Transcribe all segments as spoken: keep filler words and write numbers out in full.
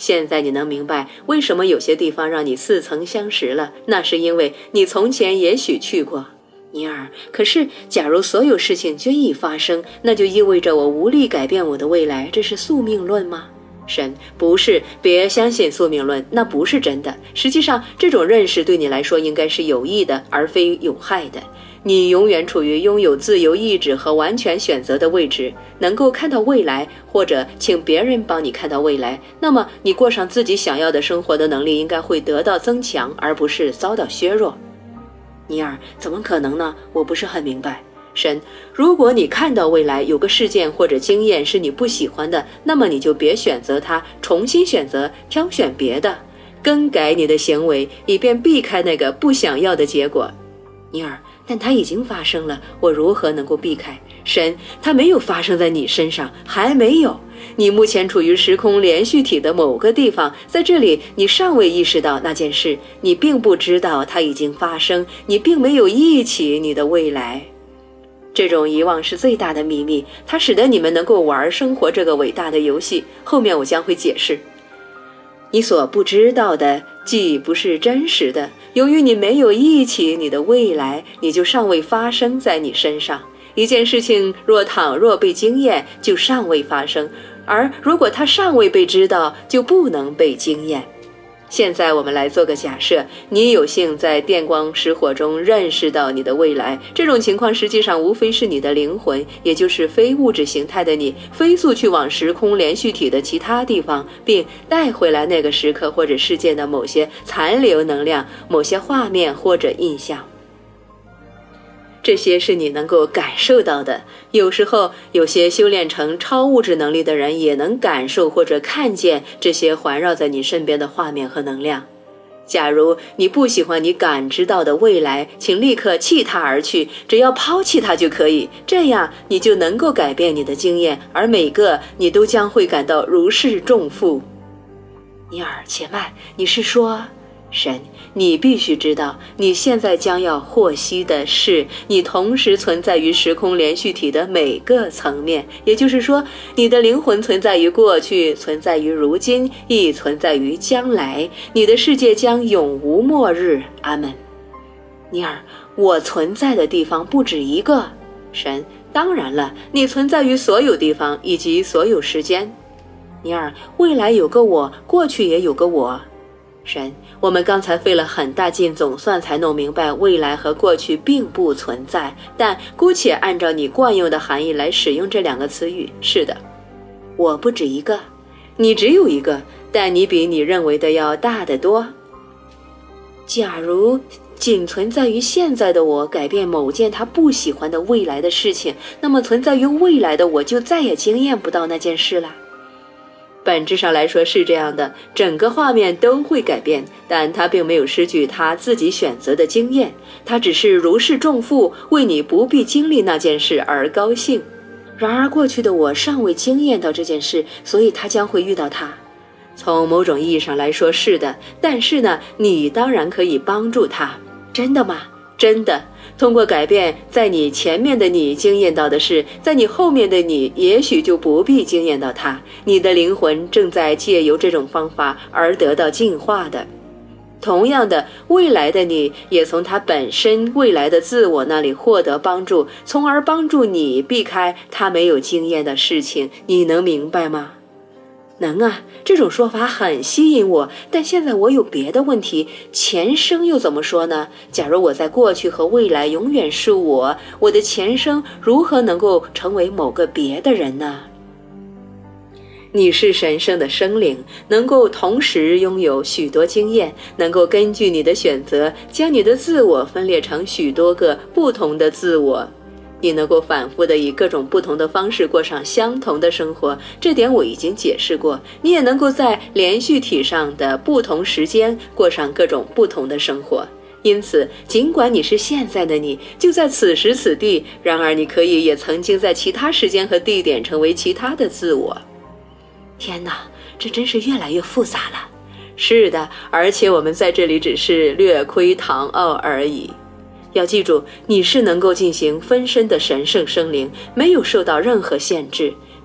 现在你能明白为什么有些地方让你似曾相识了，那是因为你从前也许去过。尼尔，可是假如所有事情均已发生，那就意味着我无力改变我的未来，这是宿命论吗？神，不是，别相信宿命论，那不是真的。实际上，这种认识对你来说应该是有益的，而非有害的。你永远处于拥有自由意志和完全选择的位置，能够看到未来，或者请别人帮你看到未来，那么你过上自己想要的生活的能力应该会得到增强，而不是遭到削弱。尼尔，怎么可能呢？我不是很明白。神，如果你看到未来有个事件或者经验是你不喜欢的，那么你就别选择它，重新选择，挑选别的，更改你的行为，以便避开那个不想要的结果。尼尔，但它已经发生了，我如何能够避开？神，它没有发生在你身上，还没有。你目前处于时空连续体的某个地方，在这里你尚未意识到那件事，你并不知道它已经发生，你并没有忆起你的未来。这种遗忘是最大的秘密，它使得你们能够玩生活这个伟大的游戏，后面我将会解释。你所不知道的既不是真实的，由于你没有忆起你的未来，你就尚未发生在你身上。一件事情若倘若被经验，就尚未发生，而如果它尚未被知道，就不能被经验。现在我们来做个假设，你有幸在电光石火中认识到你的未来，这种情况实际上无非是你的灵魂，也就是非物质形态的你，飞速去往时空连续体的其他地方，并带回来那个时刻或者事件的某些残留能量，某些画面或者印象。这些是你能够感受到的，有时候有些修炼成超物质能力的人也能感受或者看见这些环绕在你身边的画面和能量。假如你不喜欢你感知到的未来，请立刻弃它而去，只要抛弃它就可以，这样你就能够改变你的经验，而每个你都将会感到如释重负。尼尔，且慢，你是说？神，你必须知道，你现在将要获悉的是，你同时存在于时空连续体的每个层面，也就是说，你的灵魂存在于过去，存在于如今，亦存在于将来，你的世界将永无末日。阿们。尼尔，我存在的地方不止一个。神，当然了，你存在于所有地方以及所有时间。尼尔，未来有个我，过去也有个我。神，我们刚才费了很大劲，总算才弄明白未来和过去并不存在，但姑且按照你惯用的含义来使用这两个词语。是的，我不止一个，你只有一个，但你比你认为的要大得多。假如仅存在于现在的我改变某件他不喜欢的未来的事情，那么存在于未来的我就再也经验不到那件事了。本质上来说是这样的，整个画面都会改变，但他并没有失去他自己选择的经验，他只是如释重负，为你不必经历那件事而高兴。然而过去的我尚未经验到这件事，所以他将会遇到它。从某种意义上来说是的，但是呢，你当然可以帮助他。真的吗？真的。通过改变在你前面的你经验到的事，在你后面的你也许就不必经验到它。你的灵魂正在借由这种方法而得到进化的。同样的，未来的你也从它本身未来的自我那里获得帮助，从而帮助你避开他没有经验的事情。你能明白吗？能啊，这种说法很吸引我，但现在我有别的问题。前生又怎么说呢？假如我在过去和未来永远是我，我的前生如何能够成为某个别的人呢？你是神圣的生灵，能够同时拥有许多经验，能够根据你的选择将你的自我分裂成许多个不同的自我。你能够反复地以各种不同的方式过上相同的生活，这点我已经解释过。你也能够在连续体上的不同时间过上各种不同的生活。因此，尽管你是现在的你，就在此时此地，然而你可以也曾经在其他时间和地点成为其他的自我。天哪，这真是越来越复杂了。是的，而且我们在这里只是略窥堂奥而已。要记住，你是能够进行分身的神圣生灵，没有受到任何限制。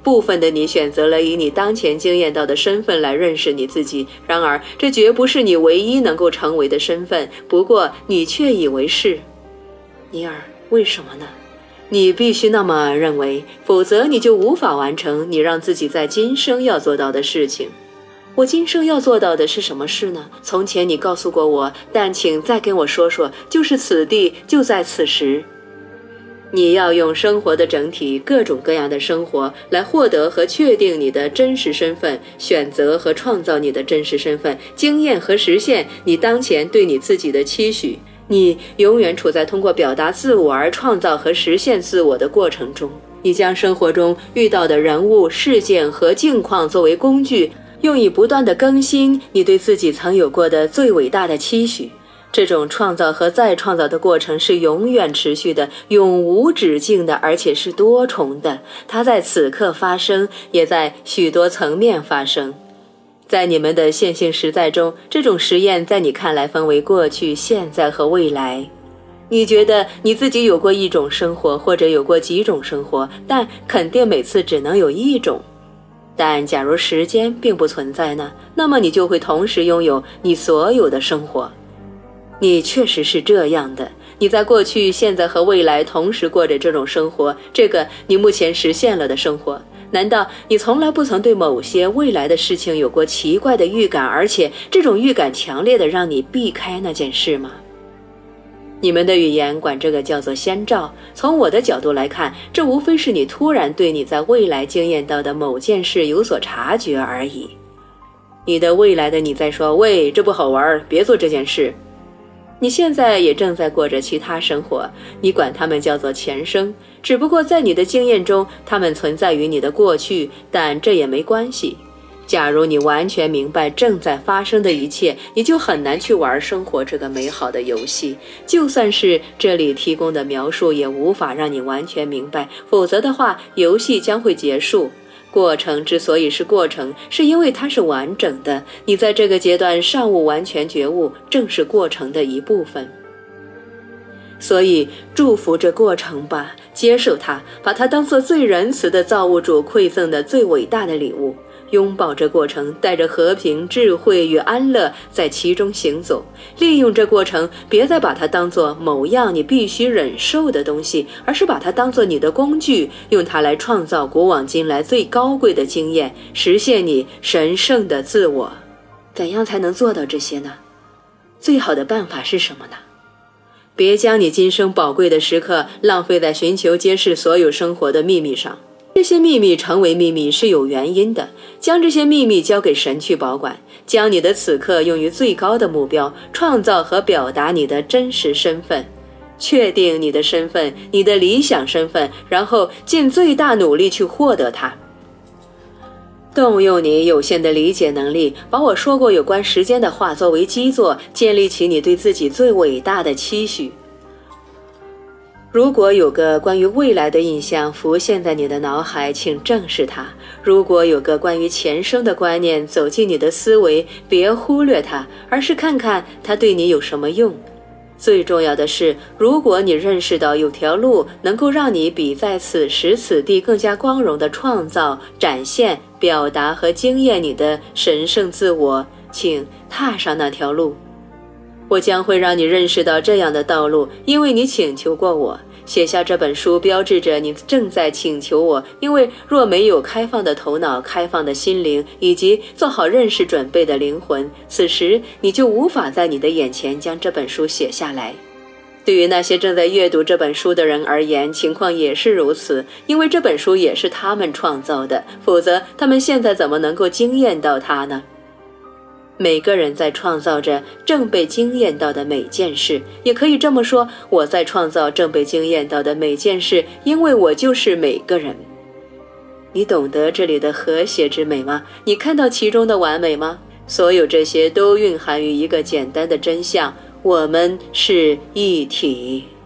部分的你选择了以你当前经验到的身份来认识你自己，然而这绝不是你唯一能够成为的身份，不过你却以为是。尼尔，为什么呢？你必须那么认为，否则你就无法完成你让自己在今生要做到的事情。我今生要做到的是什么事呢？从前你告诉过我，但请再跟我说说，就是此地，就在此时。你要用生活的整体，各种各样的生活，来获得和确定你的真实身份，选择和创造你的真实身份，经验和实现你当前对你自己的期许。你永远处在通过表达自我而创造和实现自我的过程中。你将生活中遇到的人物、事件和境况作为工具，用以不断地更新你对自己曾有过的最伟大的期许。这种创造和再创造的过程是永远持续的，永无止境的，而且是多重的。它在此刻发生，也在许多层面发生。在你们的线性实在中，这种实验在你看来分为过去、现在和未来。你觉得你自己有过一种生活，或者有过几种生活，但肯定每次只能有一种。但假如时间并不存在呢？那么你就会同时拥有你所有的生活。你确实是这样的，你在过去、现在和未来同时过着这种生活，这个你目前实现了的生活。难道你从来不曾对某些未来的事情有过奇怪的预感，而且这种预感强烈的让你避开那件事吗？你们的语言管这个叫做先兆，从我的角度来看，这无非是你突然对你在未来经验到的某件事有所察觉而已。你的未来的你在说，喂，这不好玩，别做这件事。你现在也正在过着其他生活，你管它们叫做前生，只不过在你的经验中，它们存在于你的过去，但这也没关系。假如你完全明白正在发生的一切，你就很难去玩生活这个美好的游戏。就算是这里提供的描述也无法让你完全明白，否则的话，游戏将会结束。过程之所以是过程，是因为它是完整的，你在这个阶段尚无完全觉悟，正是过程的一部分。所以祝福这过程吧，接受它，把它当作最仁慈的造物主馈赠的最伟大的礼物。拥抱这过程，带着和平、智慧与安乐在其中行走。利用这过程，别再把它当作某样你必须忍受的东西，而是把它当作你的工具，用它来创造古往今来最高贵的经验，实现你神圣的自我。怎样才能做到这些呢？最好的办法是什么呢？别将你今生宝贵的时刻浪费在寻求揭示所有生活的秘密上。这些秘密成为秘密是有原因的，将这些秘密交给神去保管，将你的此刻用于最高的目标，创造和表达你的真实身份，确定你的身份，你的理想身份，然后尽最大努力去获得它。动用你有限的理解能力，把我说过有关时间的话作为基座，建立起你对自己最伟大的期许。如果有个关于未来的印象浮现在你的脑海，请正视它；如果有个关于前生的观念走进你的思维，别忽略它，而是看看它对你有什么用。最重要的是，如果你认识到有条路能够让你比在此时此地更加光荣地创造、展现、表达和经验你的神圣自我，请踏上那条路。我将会让你认识到这样的道路，因为你请求过我。写下这本书标志着你正在请求我，因为若没有开放的头脑、开放的心灵以及做好认识准备的灵魂，此时你就无法在你的眼前将这本书写下来。对于那些正在阅读这本书的人而言，情况也是如此，因为这本书也是他们创造的，否则他们现在怎么能够经验到它呢？每个人在创造着正被经验到的每件事，也可以这么说，我在创造正被经验到的每件事，因为我就是每个人。你懂得这里的和谐之美吗？你看到其中的完美吗？所有这些都蕴含于一个简单的真相，我们是一体。